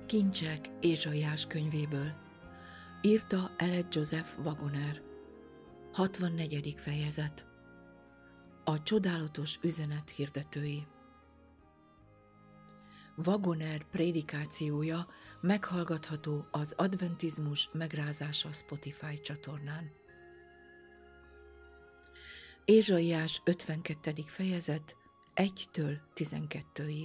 Kincsek Ézsaiás könyvéből. Írta Eled Joseph Wagoner. 64. fejezet. A csodálatos üzenet hirdetői. Wagoner prédikációja meghallgatható az Adventizmus megrázása Spotify csatornán. Ézsaiás 52. fejezet 1-től 12-ig.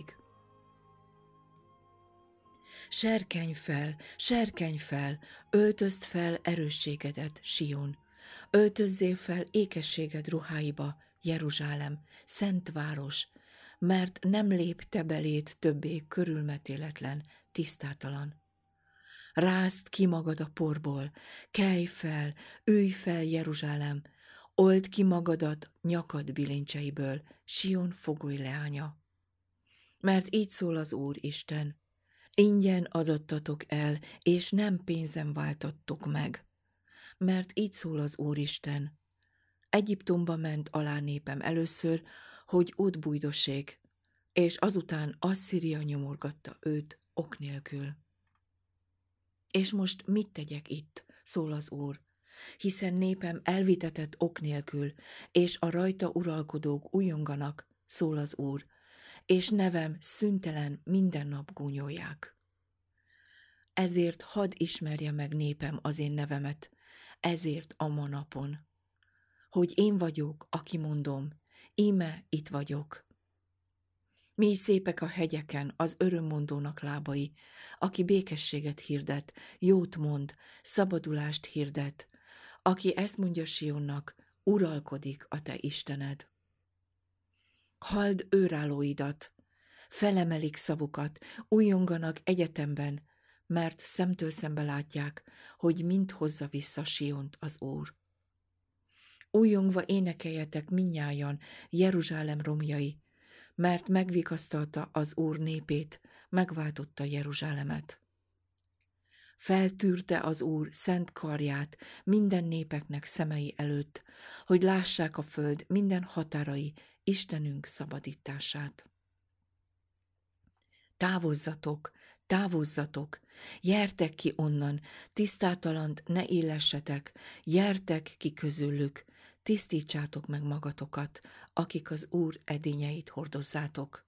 Serkenj fel, öltözd fel erősségedet, Sion, öltözzél fel ékességed ruháiba, Jeruzsálem, szent város, mert nem lép te beléd többé körülmetéletlen, tisztátalan. Rázd ki magad a porból, kelj fel, ülj fel, Jeruzsálem, old ki magadat nyakad bilincseiből, Sion fogoly leánya. Mert így szól az Úr Isten: ingyen adattatok el, és nem pénzen váltattok meg. Mert így szól az Úristen: Egyiptomba ment alá népem először, hogy ott bújdossék, és azután Asszíria nyomorgatta őt ok nélkül. És most mit tegyek itt, szól az Úr, hiszen népem elvitetett ok nélkül, és a rajta uralkodók újonganak, szól az Úr, és nevem szüntelen minden nap gúnyolják. Ezért hadd ismerje meg népem az én nevemet, ezért a ma napon, hogy én vagyok, aki mondom, íme itt vagyok. Mi szépek a hegyeken az örömmondónak lábai, aki békességet hirdet, jót mond, szabadulást hirdet, aki ezt mondja Sionnak, uralkodik a te Istened. Halld őrállóidat, felemelik szavukat, újonganak egyetemben, mert szemtől szembe látják, hogy mind hozza vissza Siont az Úr. Újongva énekeljetek mindnyájan, Jeruzsálem romjai, mert megvigasztalta az Úr népét, megváltotta Jeruzsálemet. Feltűrte az Úr szent karját minden népeknek szemei előtt, hogy lássák a föld minden határai Istenünk szabadítását. Távozzatok, távozzatok, jertek ki onnan, tisztátalant ne illessetek, jertek ki közülük, tisztítsátok meg magatokat, akik az Úr edényeit hordozzátok.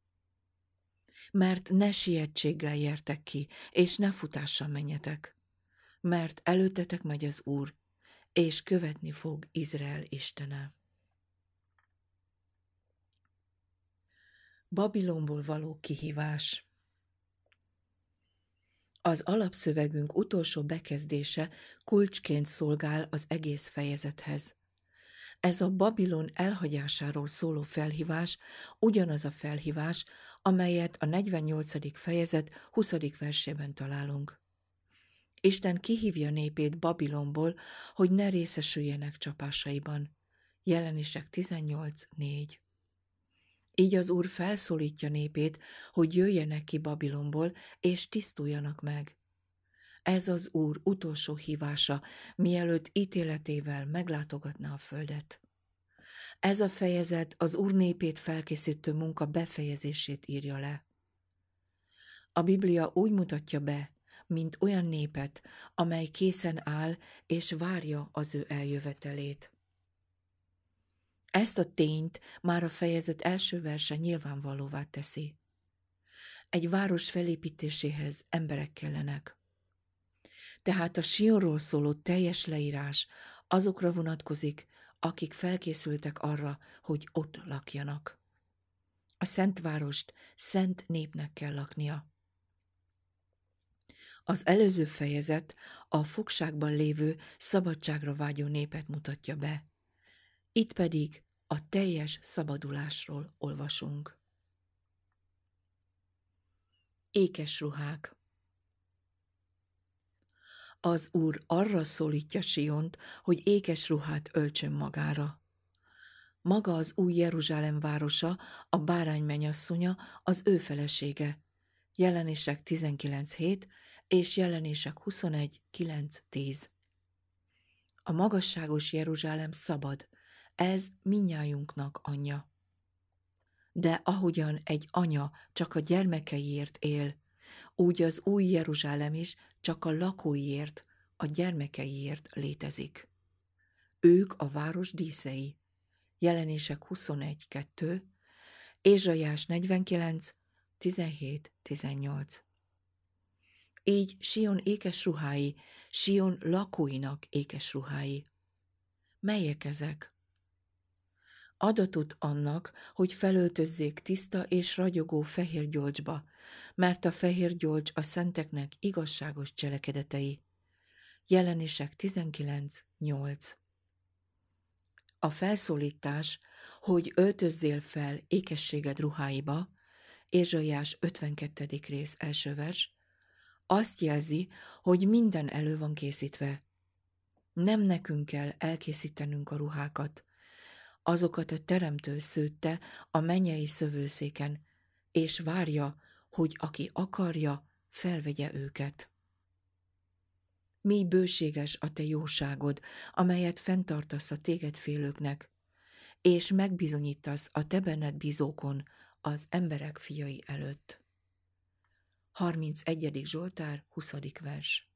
Mert ne sietséggel jertek ki, és ne futással menjetek, mert előttetek megy az Úr, és követni fog Izrael Istene. Babilonból való kihívás. Az alapszövegünk utolsó bekezdése kulcsként szolgál az egész fejezethez. Ez a Babilon elhagyásáról szóló felhívás ugyanaz a felhívás, amelyet a 48. fejezet 20. versében találunk. Isten kihívja népét Babilonból, hogy ne részesüljenek csapásaiban. Jelenések 18:4. Így az Úr felszólítja népét, hogy jöjjenek ki Babilonból, és tisztuljanak meg. Ez az Úr utolsó hívása, mielőtt ítéletével meglátogatná a földet. Ez a fejezet az Úr népét felkészítő munka befejezését írja le. A Biblia úgy mutatja be, mint olyan népet, amely készen áll és várja az ő eljövetelét. Ezt a tényt már a fejezet első verse nyilvánvalóvá teszi. Egy város felépítéséhez emberek kellenek. Tehát a Sionról szóló teljes leírás azokra vonatkozik, akik felkészültek arra, hogy ott lakjanak. A szent várost szent népnek kell laknia. Az előző fejezet a fogságban lévő, szabadságra vágyó népet mutatja be. Itt pedig a teljes szabadulásról olvasunk. Ékes ruhák. Az Úr arra szólítja Siont, hogy ékes ruhát öltsön magára. Maga az új Jeruzsálem városa, a bárány mennyasszonya, az ő felesége. Jelenések 19:7 és Jelenések 21:9-10. A magasságos Jeruzsálem szabad, ez mindnyájunknak anyja. De ahogyan egy anya csak a gyermekeiért él, úgy az új Jeruzsálem is csak a lakóiért, a gyermekeiért létezik. Ők a város díszei. Jelenések 21.2, Ézsaiás 49, 17-18. Így Sion ékes ruhái, Sion lakóinak ékes ruhái. Melyek ezek? Adatot annak, hogy felöltözzék tiszta és ragyogó fehér gyolcsba, mert a fehér gyolcs a szenteknek igazságos cselekedetei. Jelenések 19.8. A felszólítás, hogy öltözzél fel ékességed ruháiba, Ézsaiás 52. rész első vers, azt jelzi, hogy minden elő van készítve. Nem nekünk kell elkészítenünk a ruhákat. Azokat a Teremtő szőtte a mennyei szövőszéken, és várja, hogy aki akarja, felvegye őket. Mi bőséges a te jóságod, amelyet fenntartasz a téged félőknek, és megbizonyítasz a te benned bízókon az emberek fiai előtt. 31. Zsoltár, 20. vers.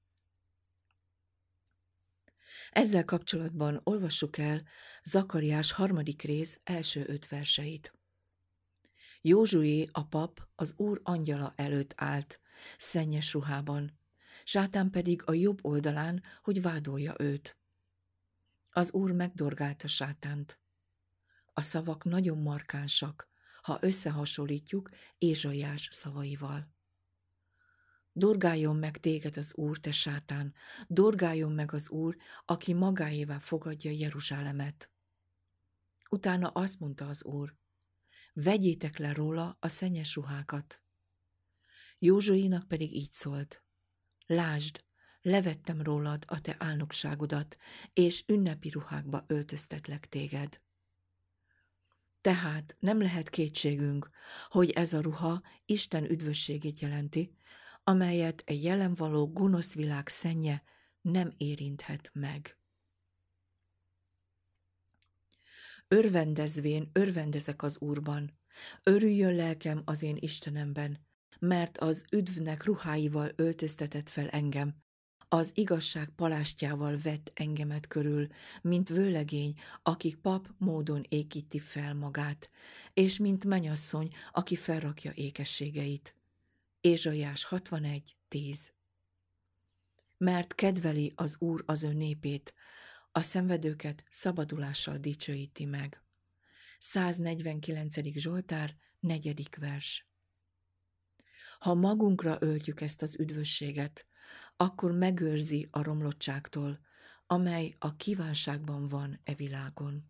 Ezzel kapcsolatban olvassuk el Zakariás 3. rész első 5 verseit. Józsué a pap az Úr angyala előtt állt, szennyes ruhában, Sátán pedig a jobb oldalán, hogy vádolja őt. Az Úr megdorgálta Sátánt. A szavak nagyon markánsak, ha összehasonlítjuk Ézsaiás szavaival. Dorgáljon meg téged az Úr, te Sátán, dorgáljon meg az Úr, aki magáévá fogadja Jeruzsálemet. Utána azt mondta az Úr, vegyétek le róla a szennyes ruhákat. Józsuénak pedig így szólt, lásd, levettem rólad a te álnokságodat, és ünnepi ruhákba öltöztetlek téged. Tehát nem lehet kétségünk, hogy ez a ruha Isten üdvösségét jelenti, amelyet egy jelen való gonosz világ szennye nem érinthet meg. Örvendezvén örvendezek az Úrban, örüljön lelkem az én Istenemben, mert az üdvnek ruháival öltöztetett fel engem, az igazság palástjával vett engemet körül, mint vőlegény, aki pap módon ékíti fel magát, és mint mennyasszony, aki felrakja ékességeit. Ézsaiás 61.10. Mert kedveli az Úr az ő népét, a szenvedőket szabadulással dicsőíti meg. 149. Zsoltár, 4. vers. Ha magunkra öltjük ezt az üdvösséget, akkor megőrzi a romlottságtól, amely a kívánságban van e világon.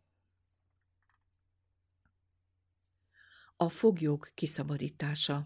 A foglyok kiszabadítása.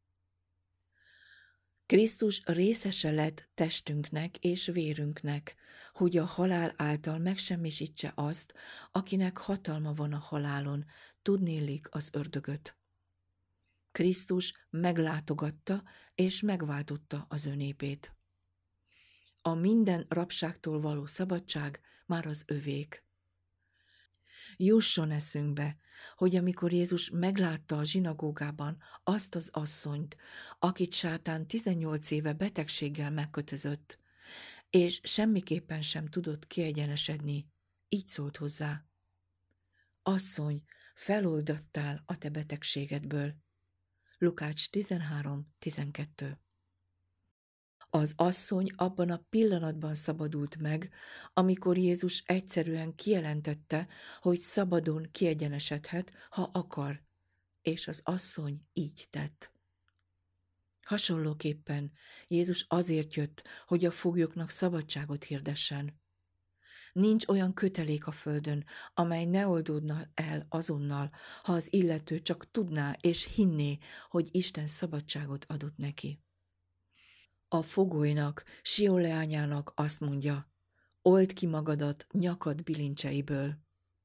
Krisztus részese lett testünknek és vérünknek, hogy a halál által megsemmisítse azt, akinek hatalma van a halálon, tudnélik az ördögöt. Krisztus meglátogatta és megváltotta az ő népét. A minden rabságtól való szabadság már az övék. Jusson eszünkbe, hogy amikor Jézus meglátta a zsinagógában azt az asszonyt, akit Sátán 18 éve betegséggel megkötözött, és semmiképpen sem tudott kiegyenesedni, így szólt hozzá. Asszony, feloldattál a te betegségedből. Lukács 13.12. Az asszony abban a pillanatban szabadult meg, amikor Jézus egyszerűen kijelentette, hogy szabadon kiegyenesedhet, ha akar, és az asszony így tett. Hasonlóképpen Jézus azért jött, hogy a foglyoknak szabadságot hirdessen. Nincs olyan kötelék a földön, amely ne oldódna el azonnal, ha az illető csak tudná és hinné, hogy Isten szabadságot adott neki. A fogolynak, Sion leányának azt mondja, old ki magadat nyakad bilincseiből.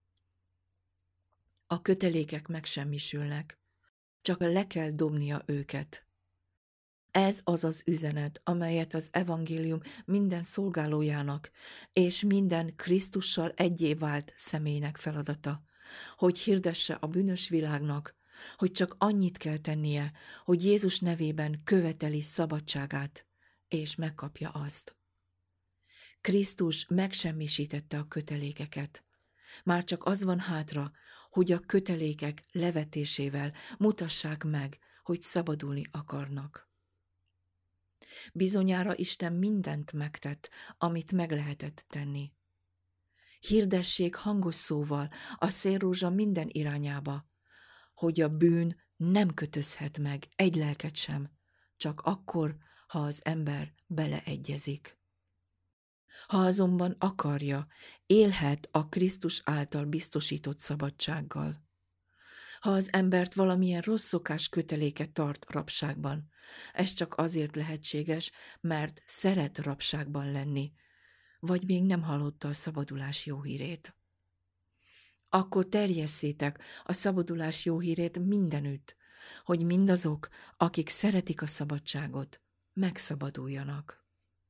A kötelékek megsemmisülnek, csak le kell dobnia őket. Ez az az üzenet, amelyet az evangélium minden szolgálójának és minden Krisztussal egyé vált személynek feladata, hogy hirdesse a bűnös világnak, hogy csak annyit kell tennie, hogy Jézus nevében követeli szabadságát, és megkapja azt. Krisztus megsemmisítette a kötelékeket. Már csak az van hátra, hogy a kötelékek levetésével mutassák meg, hogy szabadulni akarnak. Bizonyára Isten mindent megtett, amit meg lehetett tenni. Hirdessék hangos szóval a szélrózsa minden irányába, hogy a bűn nem kötözhet meg egy lelket sem, csak akkor, ha az ember beleegyezik. Ha azonban akarja, élhet a Krisztus által biztosított szabadsággal. Ha az embert valamilyen rossz szokás köteléke tart rabságban, ez csak azért lehetséges, mert szeret rabságban lenni, vagy még nem hallotta a szabadulás jó hírét. Akkor terjesszétek a szabadulás jó hírét mindenütt, hogy mindazok, akik szeretik a szabadságot, megszabaduljanak.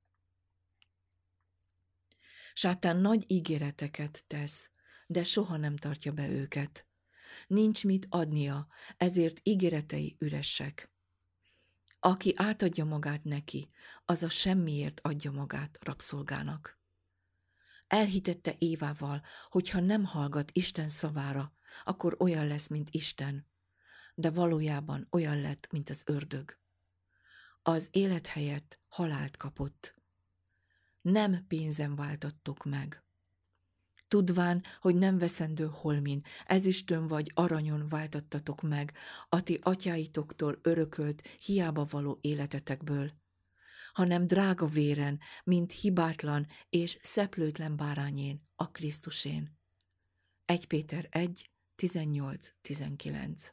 Sátán nagy ígéreteket tesz, de soha nem tartja be őket. Nincs mit adnia, ezért ígéretei üresek. Aki átadja magát neki, az a semmiért adja magát rabszolgának. Elhitette Évával, hogy ha nem hallgat Isten szavára, akkor olyan lesz, mint Isten, de valójában olyan lett, mint az ördög. Az élet helyett halált kapott. Nem pénzen váltattok meg. Tudván, hogy nem veszendő holmin, ezüstön vagy aranyon váltattatok meg a ti atyáitoktól örökölt, hiába való életetekből, hanem drága véren, mint hibátlan és szeplőtlen bárányén, a Krisztusén. 1 Péter 1, 18-19.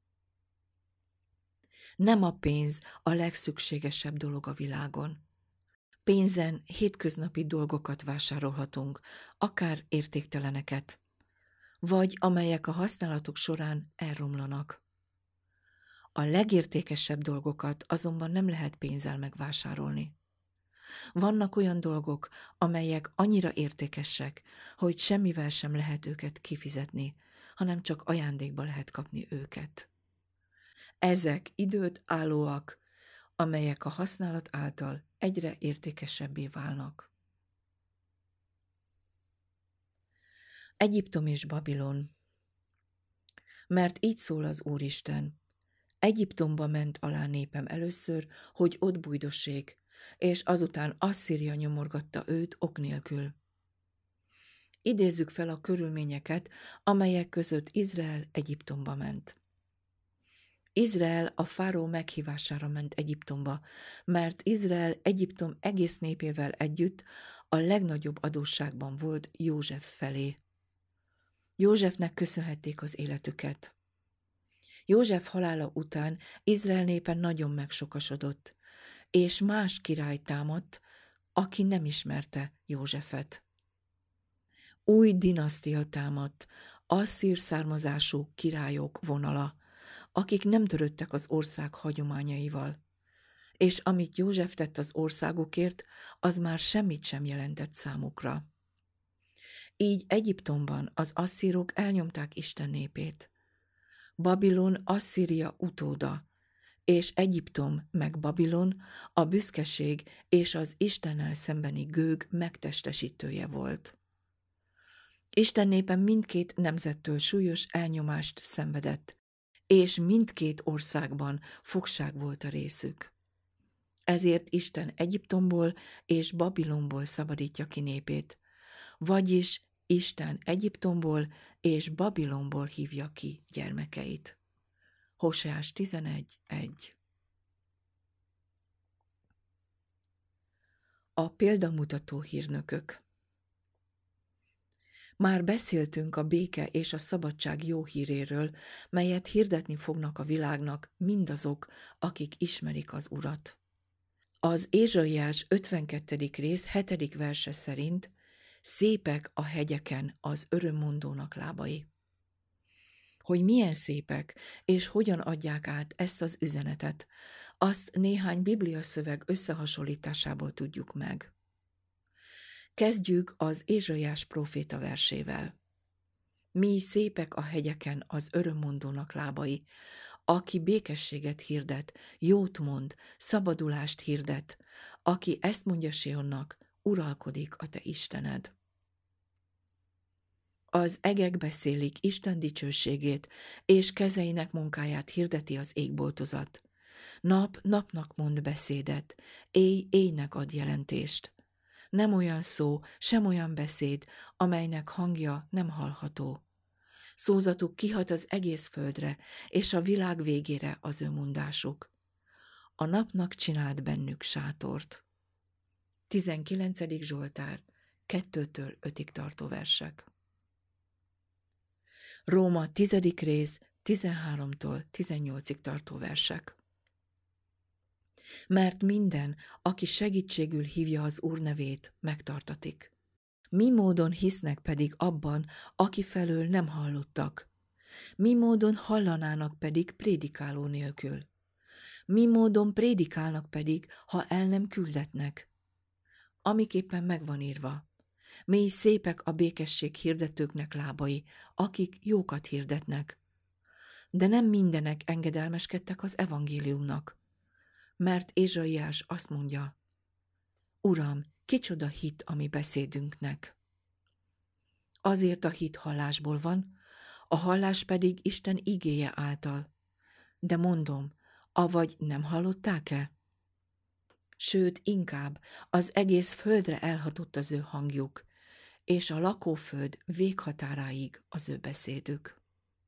Nem a pénz a legszükségesebb dolog a világon. Pénzen hétköznapi dolgokat vásárolhatunk, akár értékteleneket, vagy amelyek a használatok során elromlanak. A legértékesebb dolgokat azonban nem lehet pénzzel megvásárolni. Vannak olyan dolgok, amelyek annyira értékesek, hogy semmivel sem lehet őket kifizetni, hanem csak ajándékba lehet kapni őket. Ezek időt állóak, amelyek a használat által egyre értékesebbé válnak. Egyiptom és Babilon. Mert így szól az Úristen: Egyiptomba ment alá népem először, hogy ott bújdossék, és azután Asszíria nyomorgatta őt ok nélkül. Idézzük fel a körülményeket, amelyek között Izrael Egyiptomba ment. Izrael a fáró meghívására ment Egyiptomba, mert Izrael Egyiptom egész népével együtt a legnagyobb adósságban volt József felé. Józsefnek köszönhették az életüket. József halála után Izrael népe nagyon megsokasodott, és más király támadt, aki nem ismerte Józsefet. Új dinasztia támadt, asszír származású királyok vonala, akik nem törődtek az ország hagyományaival, és amit József tett az országukért, az már semmit sem jelentett számukra. Így Egyiptomban az asszírok elnyomták Isten népét. Babilon Asszíria utóda, és Egyiptom meg Babilon a büszkeség és az Istennel szembeni gőg megtestesítője volt. Isten népe mindkét nemzettől súlyos elnyomást szenvedett, és mindkét országban fogság volt a részük. Ezért Isten Egyiptomból és Babilonból szabadítja ki népét, vagyis Isten Egyiptomból és Babilonból hívja ki gyermekeit. Hoseás 11.1. A példamutató hírnökök. Már beszéltünk a béke és a szabadság jó híréről, melyet hirdetni fognak a világnak mindazok, akik ismerik az Urat. Az Ézsaiás 52. rész 7. verse szerint szépek a hegyeken az örömmondónak lábai. Hogy milyen szépek, és hogyan adják át ezt az üzenetet, azt néhány bibliaszöveg összehasonlításából tudjuk meg. Kezdjük az Ézsaiás próféta versével. Mi szépek a hegyeken az örömmondónak lábai, aki békességet hirdet, jót mond, szabadulást hirdet, aki ezt mondja Sionnak, uralkodik a te Istened. Az egek beszélik Isten dicsőségét, és kezeinek munkáját hirdeti az égboltozat. Nap napnak mond beszédet, éj éjnek ad jelentést. Nem olyan szó, sem olyan beszéd, amelynek hangja nem hallható. Szózatuk kihat az egész földre, és a világ végére az ő mondásuk. A napnak csinált bennük sátort. 19. Zsoltár, 2-től 5-ig tartó versek. Róma 10. rész, 13-tól 18-ig tartó versek. Mert minden, aki segítségül hívja az Úr nevét, megtartatik. Mi módon hisznek pedig abban, aki felől nem hallottak? Mi módon hallanának pedig prédikáló nélkül? Mi módon prédikálnak pedig, ha el nem küldetnek? Amiképpen megvan írva. Mély szépek a békesség hirdetőknek lábai, akik jókat hirdetnek. De nem mindenek engedelmeskedtek az evangéliumnak. Mert Ézsaiás azt mondja, Uram, kicsoda hit a mi beszédünknek. Azért a hit hallásból van, a hallás pedig Isten igéje által. De mondom, avagy nem hallották-e? Sőt, inkább az egész földre elhatott az ő hangjuk, és a lakóföld véghatáráig az ő beszédük.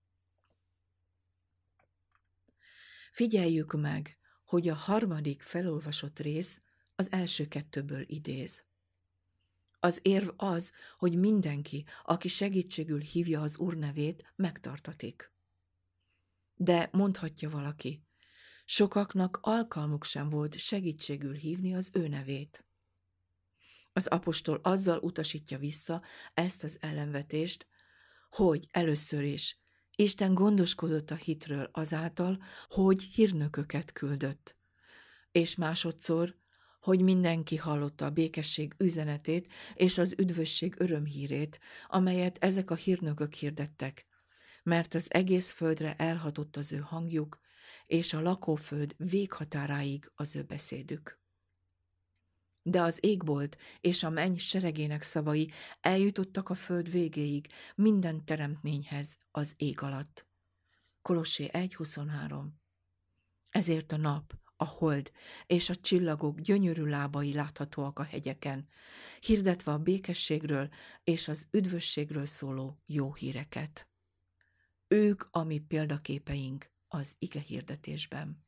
Figyeljük meg, hogy a harmadik felolvasott rész az első kettőből idéz. Az érv az, hogy mindenki, aki segítségül hívja az Úr nevét, megtartatik. De mondhatja valaki, sokaknak alkalmuk sem volt segítségül hívni az ő nevét. Az apostol azzal utasítja vissza ezt az ellenvetést, hogy először is Isten gondoskodott a hitről azáltal, hogy hírnököket küldött, és másodszor, hogy mindenki hallotta a békesség üzenetét és az üdvösség örömhírét, amelyet ezek a hírnökök hirdettek, mert az egész földre elhatott az ő hangjuk, és a lakóföld véghatáráig az ő beszédük. De az égbolt és a menny seregének szavai eljutottak a föld végéig, minden teremtményhez az ég alatt. Kolossé 1.23. Ezért a nap, a hold és a csillagok gyönyörű lábai láthatóak a hegyeken, hirdetve a békességről és az üdvösségről szóló jó híreket. Ők a mi példaképeink az ige hirdetésben.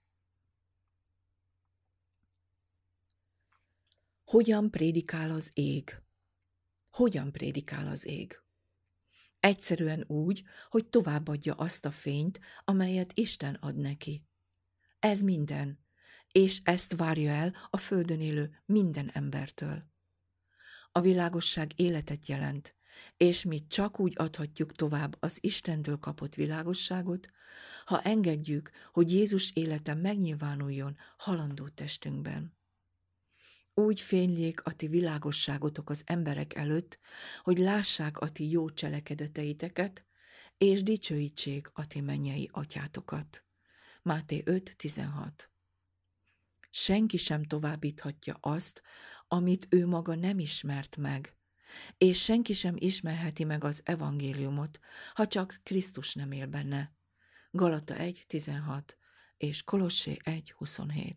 Hogyan prédikál az ég? Hogyan prédikál az ég? Egyszerűen úgy, hogy továbbadja azt a fényt, amelyet Isten ad neki. Ez minden, és ezt várja el a földön élő minden embertől. A világosság életet jelent, és mi csak úgy adhatjuk tovább az Istentől kapott világosságot, ha engedjük, hogy Jézus élete megnyilvánuljon halandó testünkben. Úgy fényljék a ti világosságotok az emberek előtt, hogy lássák a ti jó cselekedeteiteket, és dicsőítsék a ti mennyei atyátokat. Máté 5.16. Senki sem továbbíthatja azt, amit ő maga nem ismert meg, és senki sem ismerheti meg az evangéliumot, ha csak Krisztus nem él benne. Galata 1.16 és Kolossé 1.27.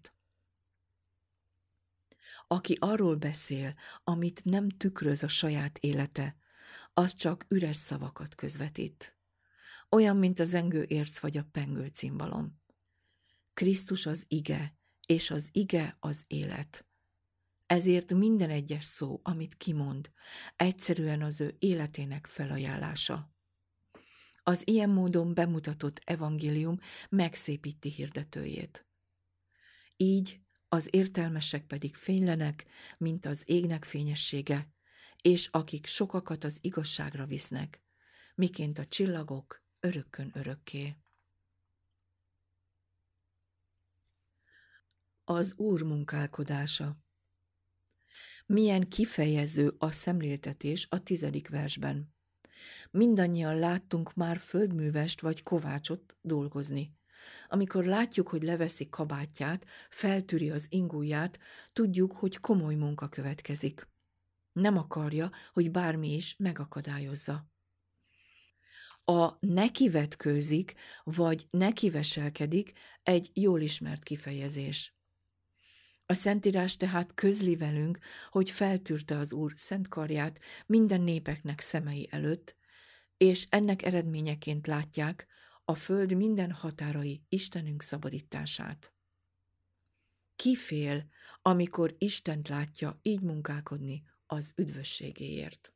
Aki arról beszél, amit nem tükröz a saját élete, az csak üres szavakat közvetít. Olyan, mint a zengő érc vagy a pengő cimbalom. Krisztus az ige, és az ige az élet. Ezért minden egyes szó, amit kimond, egyszerűen az ő életének felajánlása. Az ilyen módon bemutatott evangélium megszépíti hirdetőjét. Így az értelmesek pedig fénylenek, mint az égnek fényessége, és akik sokakat az igazságra visznek, miként a csillagok örökkön örökké. Az Úr munkálkodása. Milyen kifejező a szemléltetés a 10. versben. Mindannyian láttunk már földművest vagy kovácsot dolgozni. Amikor látjuk, hogy leveszi kabátját, feltűri az ingóját, tudjuk, hogy komoly munka következik. Nem akarja, hogy bármi is megakadályozza. A nekivetkőzik, vagy nekiveselkedik egy jól ismert kifejezés. A Szentírás tehát közli velünk, hogy feltűrte az Úr szent karját minden népeknek szemei előtt, és ennek eredményeként látják a föld minden határai Istenünk szabadítását. Ki fél, amikor Istent látja így munkálkodni az üdvösségéért?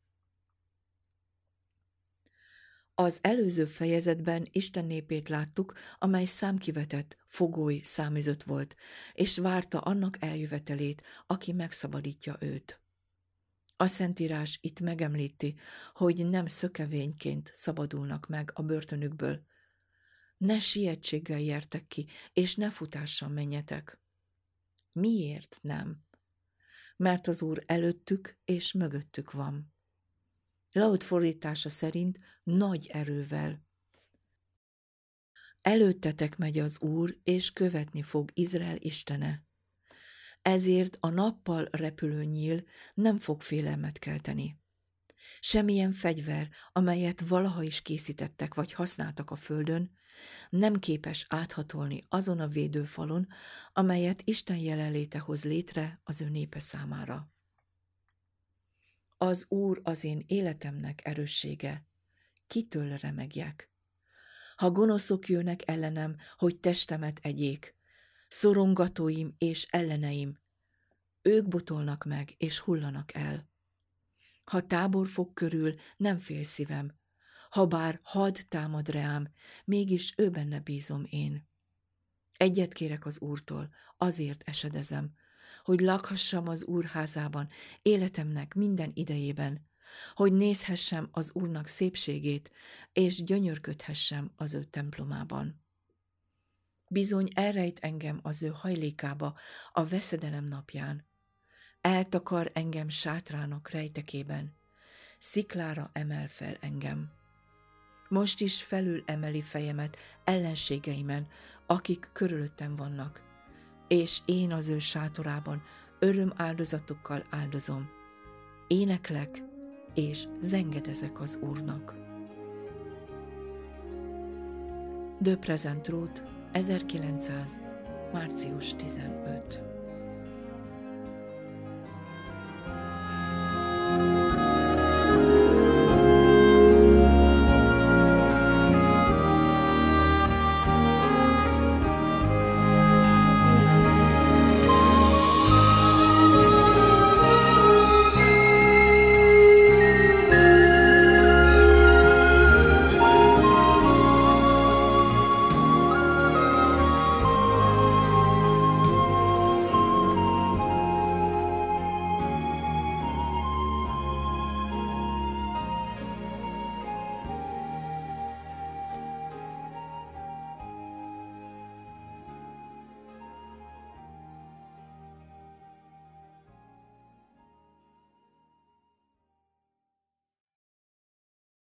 Az előző fejezetben Isten népét láttuk, amely számkivetett, fogoly száműzött volt, és várta annak eljövetelét, aki megszabadítja őt. A Szentírás itt megemlíti, hogy nem szökevényként szabadulnak meg a börtönükből. Ne sietséggel jertek ki, és ne futással menjetek. Miért nem? Mert az Úr előttük és mögöttük van. Laud fordítása szerint nagy erővel. Előttetek megy az Úr, és követni fog Izrael istene. Ezért a nappal repülő nyíl nem fog félelmet kelteni. Semmilyen fegyver, amelyet valaha is készítettek vagy használtak a földön, nem képes áthatolni azon a védőfalon, amelyet Isten jelenléte hoz létre az ő népe számára. Az Úr az én életemnek erőssége, kitől remegjek? Ha gonoszok jönnek ellenem, hogy testemet egyék, szorongatóim és elleneim, ők botolnak meg és hullanak el. Ha tábor fog körül, nem fél szívem, habár had támad reám, mégis ő benne bízom én. Egyet kérek az Úrtól, azért esedezem, hogy lakhassam az Úr házában életemnek minden idejében, hogy nézhessem az Úrnak szépségét, és gyönyörködhessem az ő templomában. Bizony elrejt engem az ő hajlékába a veszedelem napján. Eltakar engem sátrának rejtekében, sziklára emel fel engem. Most is felül emeli fejemet ellenségeimen, akik körülöttem vannak, és én az ő sátorában öröm áldozatokkal áldozom. Éneklek, és zengedezek az Úrnak. De Present Truth, 1900. március 15.